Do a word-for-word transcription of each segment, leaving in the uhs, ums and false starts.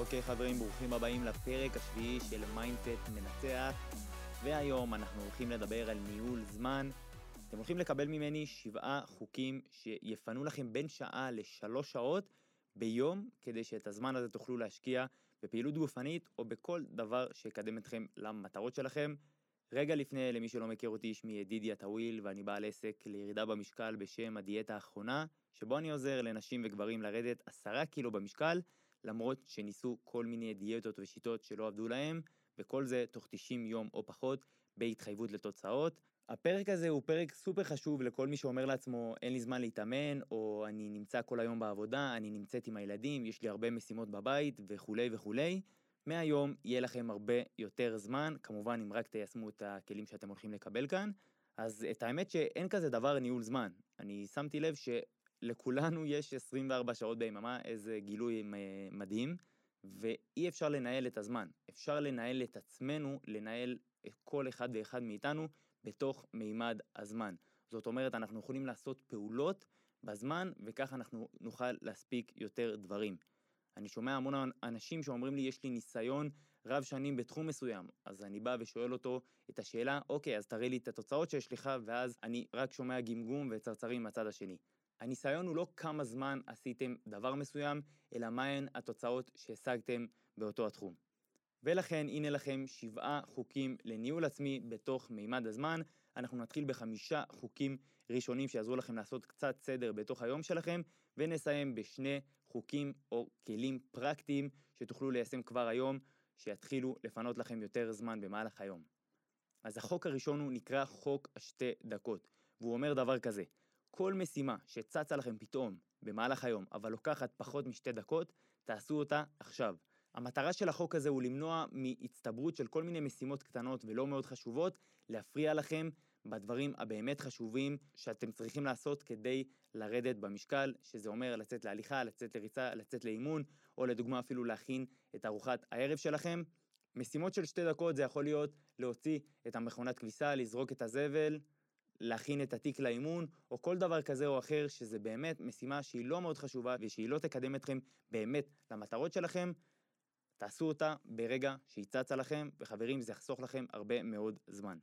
אוקיי חברים, ברוכים הבאים לפרק השביעי של מיינדסט מנצח, והיום אנחנו הולכים לדבר על ניהול זמן. אתם הולכים לקבל ממני שבעה חוקים שיפנו לכם בין שעה לשלוש שעות ביום, כדי שאת הזמן הזה תוכלו להשקיע בפעילות גופנית או בכל דבר שיקדם אתכם למטרות שלכם. רגע לפני, למי שלא מכיר אותי, שמי ידידיה טוויל ואני בעל עסק לירידה במשקל בשם הדיאטה האחרונה, שבו אני עוזר לנשים וגברים לרדת עשרה קילו במשקל, למרות שניסו כל מיני דיאטות ושיטות שלא עבדו להם, וכל זה תוך תשעים יום או פחות בהתחייבות לתוצאות. הפרק הזה הוא פרק סופר חשוב לכל מי שאומר לעצמו אין לי זמן להתאמן, או אני נמצא כל היום בעבודה, אני נמצאת עם הילדים, יש לי הרבה משימות בבית וכולי וכולי. מהיום יהיה לכם הרבה יותר זמן, כמובן אם רק תיישמו את הכלים שאתם הולכים לקבל כאן. אז את האמת שאין כזה דבר ניהול זמן. אני שמתי לב שלכולנו יש עשרים וארבע שעות ביממה, איזה גילוי מדהים, ואי אפשר לנהל את הזמן. אפשר לנהל את עצמנו, לנהל את כל אחד ואחד מאיתנו בתוך מימד הזמן. זאת אומרת, אנחנו יכולים לעשות פעולות בזמן, וכך אנחנו נוכל להספיק יותר דברים. אני שומע המון אנשים שאומרים לי, יש לי ניסיון רב שנים בתחום מסוים, אז אני בא ושואל אותו את השאלה, אוקיי, אז תראה לי את התוצאות שיש לך, ואז אני רק שומע גמגום וצרצרים מהצד השני. הניסיון הוא לא כמה זמן עשיתם דבר מסוים, אלא מהן התוצאות שהשגתם באותו התחום. ולכן, הנה לכם שבעה חוקים לניהול עצמי בתוך מימד הזמן. אנחנו נתחיל בחמישה חוקים ראשונים שיעזרו לכם לעשות קצת סדר בתוך היום שלכם, ונסיים בשני חוקים או כלים פרקטיים שתוכלו ליישם כבר היום, שיתחילו לפנות לכם יותר זמן במהלך היום. אז החוק הראשון הוא נקרא חוק השתי דקות, והוא אומר דבר כזה: כל משימה שצצה לכם פתאום במהלך היום, אבל לוקחת פחות משתי דקות, תעשו אותה עכשיו. המטרה של החוק הזה הוא למנוע מהצטברות של כל מיני משימות קטנות ולא מאוד חשובות, להפריע לכם בדברים הבאמת חשובים שאתם צריכים לעשות כדי לרדת במשקל, שזה אומר לצאת להליכה, לצאת לריצה, לצאת לאימון, או לדוגמה אפילו להכין את ארוחת הערב שלכם. משימות של שתי דקות זה יכול להיות להוציא את המכונת כביסה, לזרוק את הזבל, להכין את התיק לאימון, או כל דבר כזה או אחר, שזה באמת משימה שהיא לא מאוד חשובה ושהיא לא תקדם אתכם באמת למטרות שלכם. תעשו אותה ברגע שהיא צצה לכם, וחברים, זה יחסוך לכם הרבה מאוד זמן.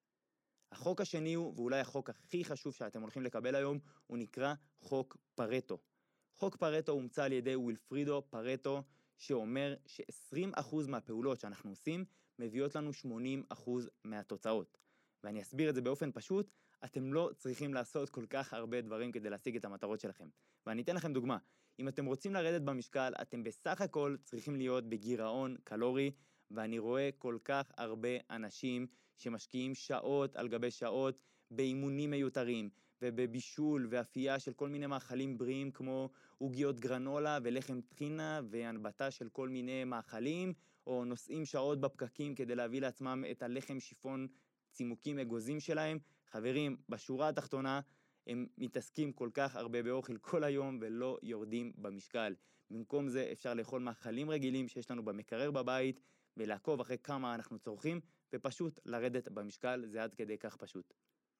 החוק השני הוא, ואולי החוק הכי חשוב שאתם הולכים לקבל היום, הוא נקרא חוק פרטו. חוק פרטו הומצא על ידי ווילפרידו פרטו, שאומר ש-עשרים אחוז מהפעולות שאנחנו עושים, מביאות לנו שמונים אחוז מהתוצאות. ואני אסביר את זה באופן פשוט, אתם לא צריכים לעשות כל כך הרבה דברים כדי להשיג את המטרות שלכם. ואני אתן לכם דוגמה, אם אתם רוצים לרדת במשקל, אתם בסך הכל צריכים להיות בגירעון קלורי, ואני רואה כל כך הרבה אנשים שמשקיעים שעות על גבי שעות באימונים מיותרים, ובבישול ואפייה של כל מיני מאכלים בריאים, כמו עוגיות גרנולה ולחם טחינה והנבטה של כל מיני מאכלים, או נוסעים שעות בפקקים כדי להביא לעצמם את הלחם שיפון צימוקים אגוזים שלהם. חברים, בשורה התחתונה, הם מתעסקים כל כך הרבה באוכל כל היום ולא יורדים במשקל. במקום זה אפשר לאכול מאכלים רגילים שיש לנו במקרר בבית, ולעקוב אחרי כמה אנחנו צורכים, ופשוט לרדת במשקל, זה עד כדי כך פשוט.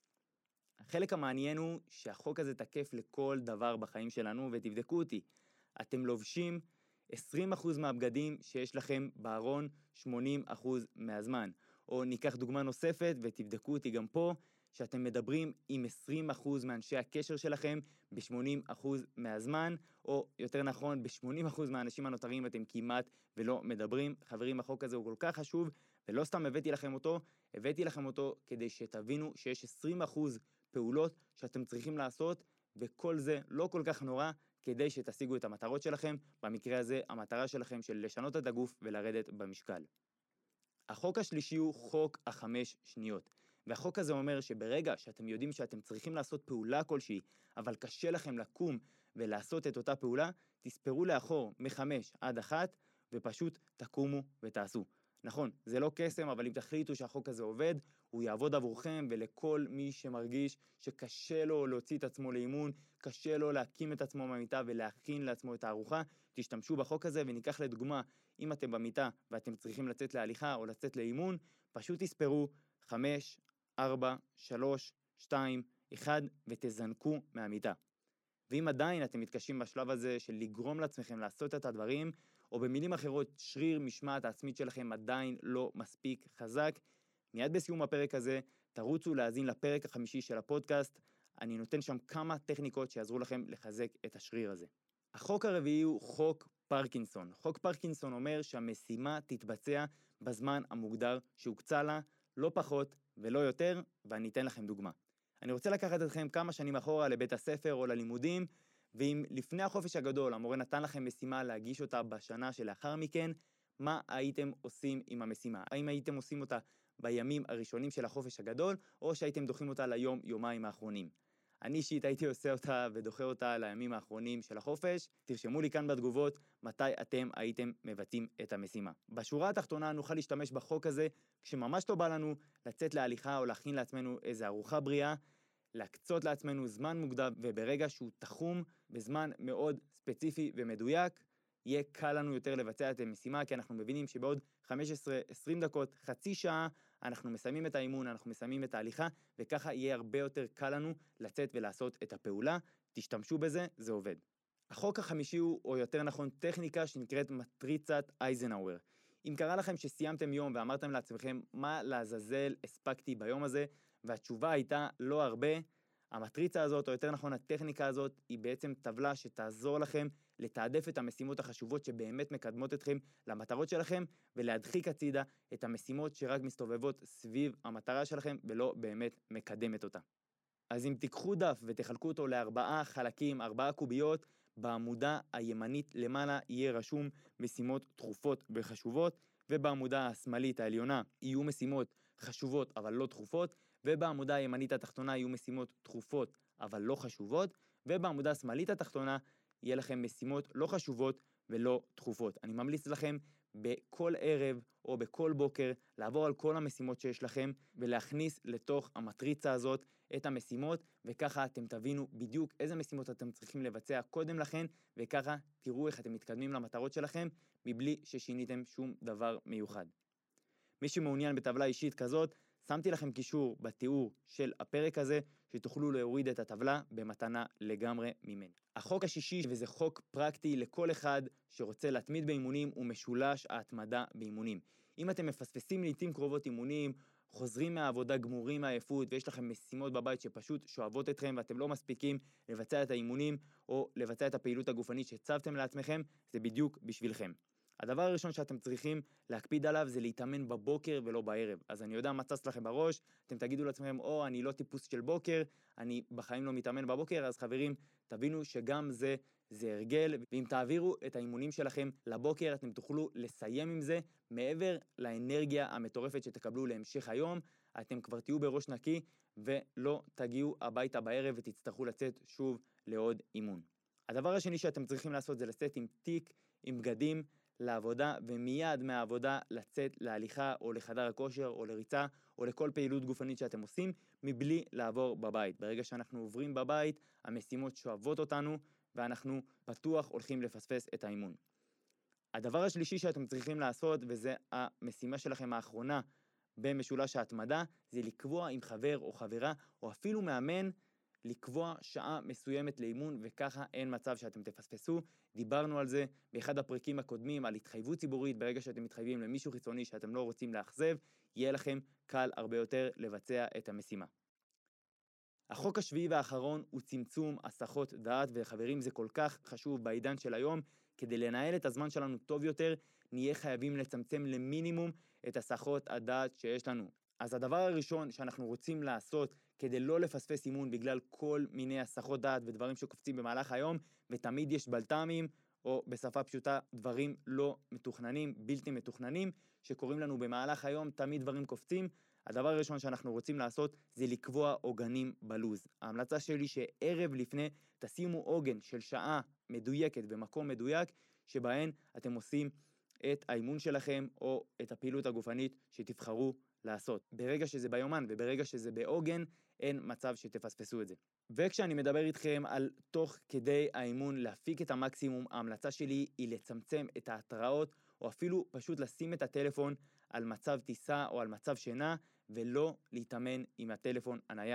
החלק המעניין הוא שהחוק הזה תקף לכל דבר בחיים שלנו, ותבדקו אותי, אתם לובשים עשרים אחוז מהבגדים שיש לכם בארון שמונים אחוז מהזמן. או ניקח דוגמה נוספת ותבדקו אותי גם פה, שאתם מדברים עם עשרים אחוז מאנשי הקשר שלכם ב-שמונים אחוז מהזמן, או יותר נכון, ב-שמונים אחוז מהאנשים הנותרים אתם כמעט ולא מדברים. חברים, החוק הזה הוא כל כך חשוב, ולא סתם הבאתי לכם אותו, הבאתי לכם אותו כדי שתבינו שיש עשרים אחוז פעולות שאתם צריכים לעשות, וכל זה לא כל כך נורא, כדי שתשיגו את המטרות שלכם. במקרה הזה, המטרה שלכם של לשנות את הגוף ולרדת במשקל. החוק השלישי הוא חוק החמש שניות. והחוק הזה אומר שברגע שאתם יודעים שאתם צריכים לעשות פעולה כלשהי, אבל קשה לכם לקום ולעשות את אותה פעולה, תספרו לאחור מחמש עד אחת, ופשוט תקומו ותעשו. נכון, זה לא קסם, אבל אם תחליטו שהחוק הזה עובד, הוא יעבוד עבורכם, ולכל מי שמרגיש שקשה לו להוציא את עצמו לאימון, קשה לו להקים את עצמו במיטה ולהכין לעצמו את הארוחה, תשתמשו בחוק הזה. וניקח לדוגמה, אם אתם במיטה ואתם צריכים לצאת להליכה או לצאת לאימון, פשוט תספרו חמש, ארבע, שלוש, שתיים, אחד, ותזנקו מהמיטה. ואם עדיין אתם מתקשים בשלב הזה של לגרום לעצמכם לעשות את הדברים, או במילים אחרות, שריר משמעת העצמית שלכם עדיין לא מספיק חזק, מיד בסיום הפרק הזה, תרוצו להאזין לפרק החמישי של הפודקאסט, אני נותן שם כמה טכניקות שיעזרו לכם לחזק את השריר הזה. החוק הרביעי הוא חוק פרקינסון. חוק פרקינסון אומר שהמשימה תתבצע בזמן המוגדר שהוקצה לה, לא פחות ולא יותר, ואני אתן לכם דוגמה. אני רוצה לקחת אתכם כמה שנים אחורה לבית הספר או ללימודים, ואם לפני החופש הגדול המורה נתן לכם משימה להגיש אותה בשנה שלאחר מכן, מה הייתם עושים עם המשימה? האם הייתם עושים אותה בימים הראשונים של החופש הגדול, או שהייתם דוחים אותה ליום, יומיים האחרונים? אני אישית הייתי עושה אותה ודוחה אותה לימים האחרונים של החופש. תרשמו לי כאן בתגובות מתי אתם הייתם מבצעים את המשימה. בשורה התחתונה נוכל להשתמש בחוק הזה כשממש לא בא לנו לצאת להליכה או להכין לעצמנו איזו ארוחה בריאה, להקצות לעצמנו זמן מוקדם, וברגע שהוא תחום בזמן מאוד ספציפי ומדויק, יהיה קל לנו יותר לבצע את המשימה, כי אנחנו מבינים שבעוד חמש עשרה עשרים דקות, חצי שעה, אנחנו מסיימים את האימון, אנחנו מסיימים את ההליכה, וככה יהיה הרבה יותר קל לנו לצאת ולעשות את הפעולה. תשתמשו בזה, זה עובד. החוק החמישי הוא, או יותר נכון, טכניקה שנקראת מטריצת אייזנהאואר. אם קרה לכם שסיימתם יום ואמרתם לעצמכם מה לעזאזל הספקתי ביום הזה, והתשובה הייתה לא הרבה, המטריצה הזאת, או יותר נכון הטכניקה הזאת, היא בעצם טבלה שתעזור לכם לתעדף את המשימות החשובות שבאמת מקדמות אתכם למטרות שלכם, ולהדחיק הצידה את המשימות שרק מסתובבות סביב המטרה שלכם ולא באמת מקדמת אותה. אז אם תיקחו דף ותחלקו אותו לארבעה חלקים, ארבעה קוביות, בעמודה הימנית למעלה יהיה רשום משימות דחופות וחשובות, ובעמודה השמאלית העליונה יהיו משימות חשובות אבל לא דחופות, ובעמודה הימנית התחתונה יהיו משימות דחופות אבל לא חשובות, ובעמודה השמאלית התחתונה יהיה לכם משימות לא חשובות ולא דחופות. אני ממליץ לכם בכל ערב או בכל בוקר לעבור על כל המשימות שיש לכם ולהכניס לתוך המטריצה הזאת את המשימות, וככה אתם תבינו בדיוק איזה משימות אתם צריכים לבצע קודם לכן, וככה תראו איך אתם מתקדמים למטרות שלכם מבלי ששיניתם שום דבר מיוחד. מי שמעוניין בטבלה אישית כזאת, שמתי לכם קישור בתיאור של הפרק הזה, שתוכלו להוריד את הטבלה במתנה לגמרי ממני. החוק השישי, וזה חוק פרקטי לכל אחד שרוצה להתמיד באימונים, הוא משולש ההתמדה באימונים. אם אתם מפספסים לעתים קרובות אימונים, חוזרים מהעבודה גמורים מהעייפות, ויש לכם משימות בבית שפשוט שואבות אתכם, ואתם לא מספיקים לבצע את האימונים, או לבצע את הפעילות הגופנית שהצבתם לעצמכם, זה בדיוק בשבילכם. הדבר הראשון שאתם צריכים להקפיד עליו זה להתאמן בבוקר ולא בערב. אז אני יודע מה צץ לכם בראש, אתם תגידו לעצמכם, או אני לא טיפוס של בוקר, אני בחיים לא מתאמן בבוקר, אז חברים, תבינו שגם זה, זה הרגל, ואם תעבירו את האימונים שלכם לבוקר, אתם תוכלו לסיים עם זה, מעבר לאנרגיה המטורפת שתקבלו להמשך היום, אתם כבר תהיו בראש נקי, ולא תגיעו הביתה בערב ותצטרכו לצאת שוב לעוד אימון. הדבר השני שאתם צריכים לעשות זה לצאת עם תיק, עם בגדים, לעבודה, ומיד מהעבודה לצאת להליכה או לחדר הכושר או לריצה או לכל פעילות גופנית שאתם עושים, מבלי לעבור בבית. ברגע שאנחנו עוברים בבית, המשימות שואבות אותנו, ואנחנו בטוח הולכים לפספס את האימון. הדבר השלישי שאתם צריכים לעשות, וזה המשימה שלכם האחרונה במשולש ההתמדה, זה לקבוע עם חבר או חברה, או אפילו מאמן, לקבוע שעה מסוימת לאימון, וככה אין מצב שאתם תפספסו. דיברנו על זה באחד הפרקים הקודמים, על התחייבות ציבורית. ברגע שאתם מתחייבים למישהו חיצוני שאתם לא רוצים לאכזב, יהיה לכם קל הרבה יותר לבצע את המשימה. החוק השביעי והאחרון הוא צמצום הסחות דעת, וחברים, זה כל כך חשוב בעידן של היום. כדי לנהל את הזמן שלנו טוב יותר, נהיה חייבים לצמצם למינימום את הסחות הדעת שיש לנו. אז הדבר הראשון שאנחנו רוצים לעשות כדי לא לפספס אימון בגלל כל מיני הסחות דעת ודברים שקופצים במהלך היום, ותמיד יש בלת"מים, או בשפה פשוטה דברים לא מתוכננים, בלתי מתוכננים, שקוראים לנו במהלך היום, תמיד דברים קופצים. הדבר הראשון שאנחנו רוצים לעשות זה לקבוע עוגנים בלוז. ההמלצה שלי שערב לפני תשימו עוגן של שעה מדויקת במקום מדויק, שבהן אתם עושים את האימון שלכם או את הפעילות הגופנית שתבחרו לעשות. ברגע שזה ביומן וברגע שזה בעוגן, אין מצב שתפספסו את זה. וכשאני מדבר איתכם על תוך כדי האימון להפיק את המקסימום, ההמלצה שלי היא לצמצם את ההתראות, או אפילו פשוט לשים את הטלפון על מצב טיסה או על מצב שינה, ולא להתאמן עם הטלפון הנייד.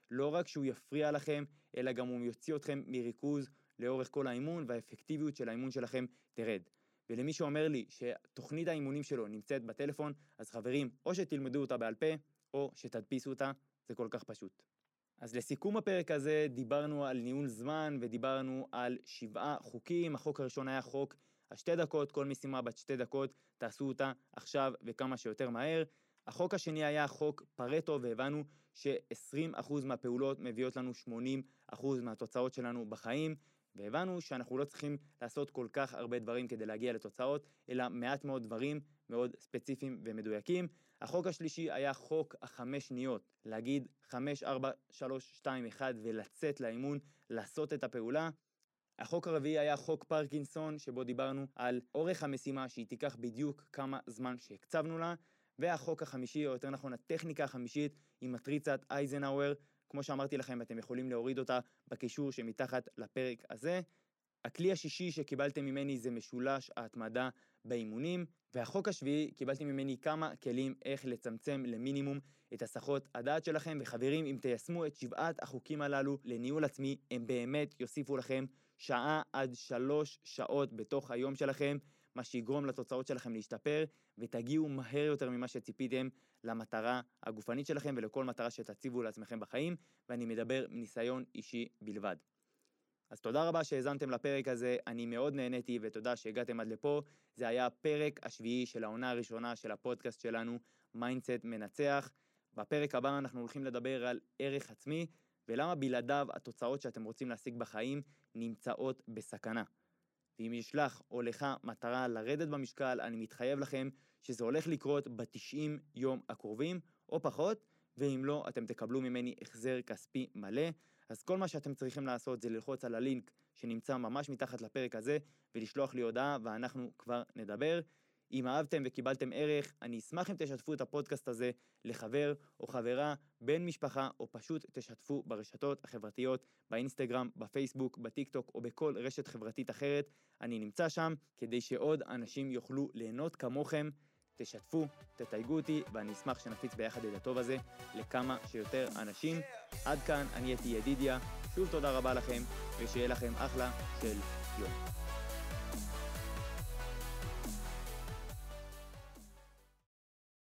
לא רק שהוא יפריע לכם, אלא גם הוא יוציא אתכם מריכוז לאורך כל האימון, והאפקטיביות של האימון שלכם תרד. ולמי שאומר לי שתוכנית האימונים שלו נמצאת בטלפון, אז חברים, או שתלמדו אותה בעל פה, או שתדפיסו אותה, זה כל כך פשוט. אז לסיכום הפרק הזה, דיברנו על ניהול זמן, ודיברנו על שבעה חוקים. החוק הראשון היה חוק השתי דקות, כל משימה בת שתי דקות, תעשו אותה עכשיו וכמה שיותר מהר. החוק השני היה חוק פרטו, והבנו ש-עשרים אחוז מהפעולות מביאות לנו שמונים אחוז מהתוצאות שלנו בחיים, והבנו שאנחנו לא צריכים לעשות כל כך הרבה דברים כדי להגיע לתוצאות, אלא מעט מאוד דברים מאוד ספציפיים ומדויקים. החוק השלישי היה חוק החמש שניות, להגיד חמש, ארבע, שלוש, שתיים, אחת ולצאת לאימון, לעשות את הפעולה. החוק הרביעי היה חוק פרקינסון, שבו דיברנו על אורך המשימה שהיא תיקח בדיוק כמה זמן שהקצבנו לה, והחוק החמישי, או יותר נכון הטכניקה החמישית, היא מטריצת אייזנהאואר. כמו שאמרתי לכם, אתם יכולים להוריד אותה בקישור שמתחת לפרק הזה. הכלי השישי שקיבלתם ממני זה משולש ההתמדה באימונים, והחוק השביעי קיבלתי ממני כמה כלים איך לצמצם למינימום את הסחות הדעת שלכם. וחברים, אם תיישמו את שבעת החוקים הללו לניהול עצמי, הם באמת יוסיפו לכם שעה עד שלוש שעות בתוך היום שלכם, מה שיגרום לתוצאות שלכם להשתפר, ותגיעו מהר יותר ממה שציפיתם למטרה הגופנית שלכם ולכל מטרה שתציבו לעצמכם בחיים, ואני מדבר מניסיון אישי בלבד. אז תודה רבה שהאזנתם לפרק הזה, אני מאוד נהניתי ותודה שהגעתם עד לפה. זה היה הפרק השביעי של העונה הראשונה של הפודקאסט שלנו, מיינדסט מנצח. בפרק הבא אנחנו הולכים לדבר על ערך עצמי, ולמה בלעדיו התוצאות שאתם רוצים להשיג בחיים נמצאות בסכנה. ואם יש לך או לך מטרה לרדת במשקל, אני מתחייב לכם שזה הולך לקרות ב-תשעים יום הקרובים או פחות, ואם לא, אתם תקבלו ממני החזר כספי מלא. אז כל מה שאתם צריכים לעשות זה ללחוץ על הלינק שנמצא ממש מתחת לפרק הזה, ולשלוח לי הודעה ואנחנו כבר נדבר. אם אהבתם וקיבלתם ערך, אני אשמח אם תשתפו את הפודקאסט הזה לחבר או חברה, בן משפחה, או פשוט תשתפו ברשתות החברתיות, באינסטגרם, בפייסבוק, בטיקטוק או בכל רשת חברתית אחרת. אני נמצא שם כדי שעוד אנשים יוכלו ליהנות כמוכם. תשתפו, תתייגו אותי, ואני אשמח שנפיץ ביחד את הטוב הזה לכמה שיותר אנשים. עד כאן, אני הייתי ידידיה, שוב תודה רבה לכם, ושיהיה לכם אחלה של יום.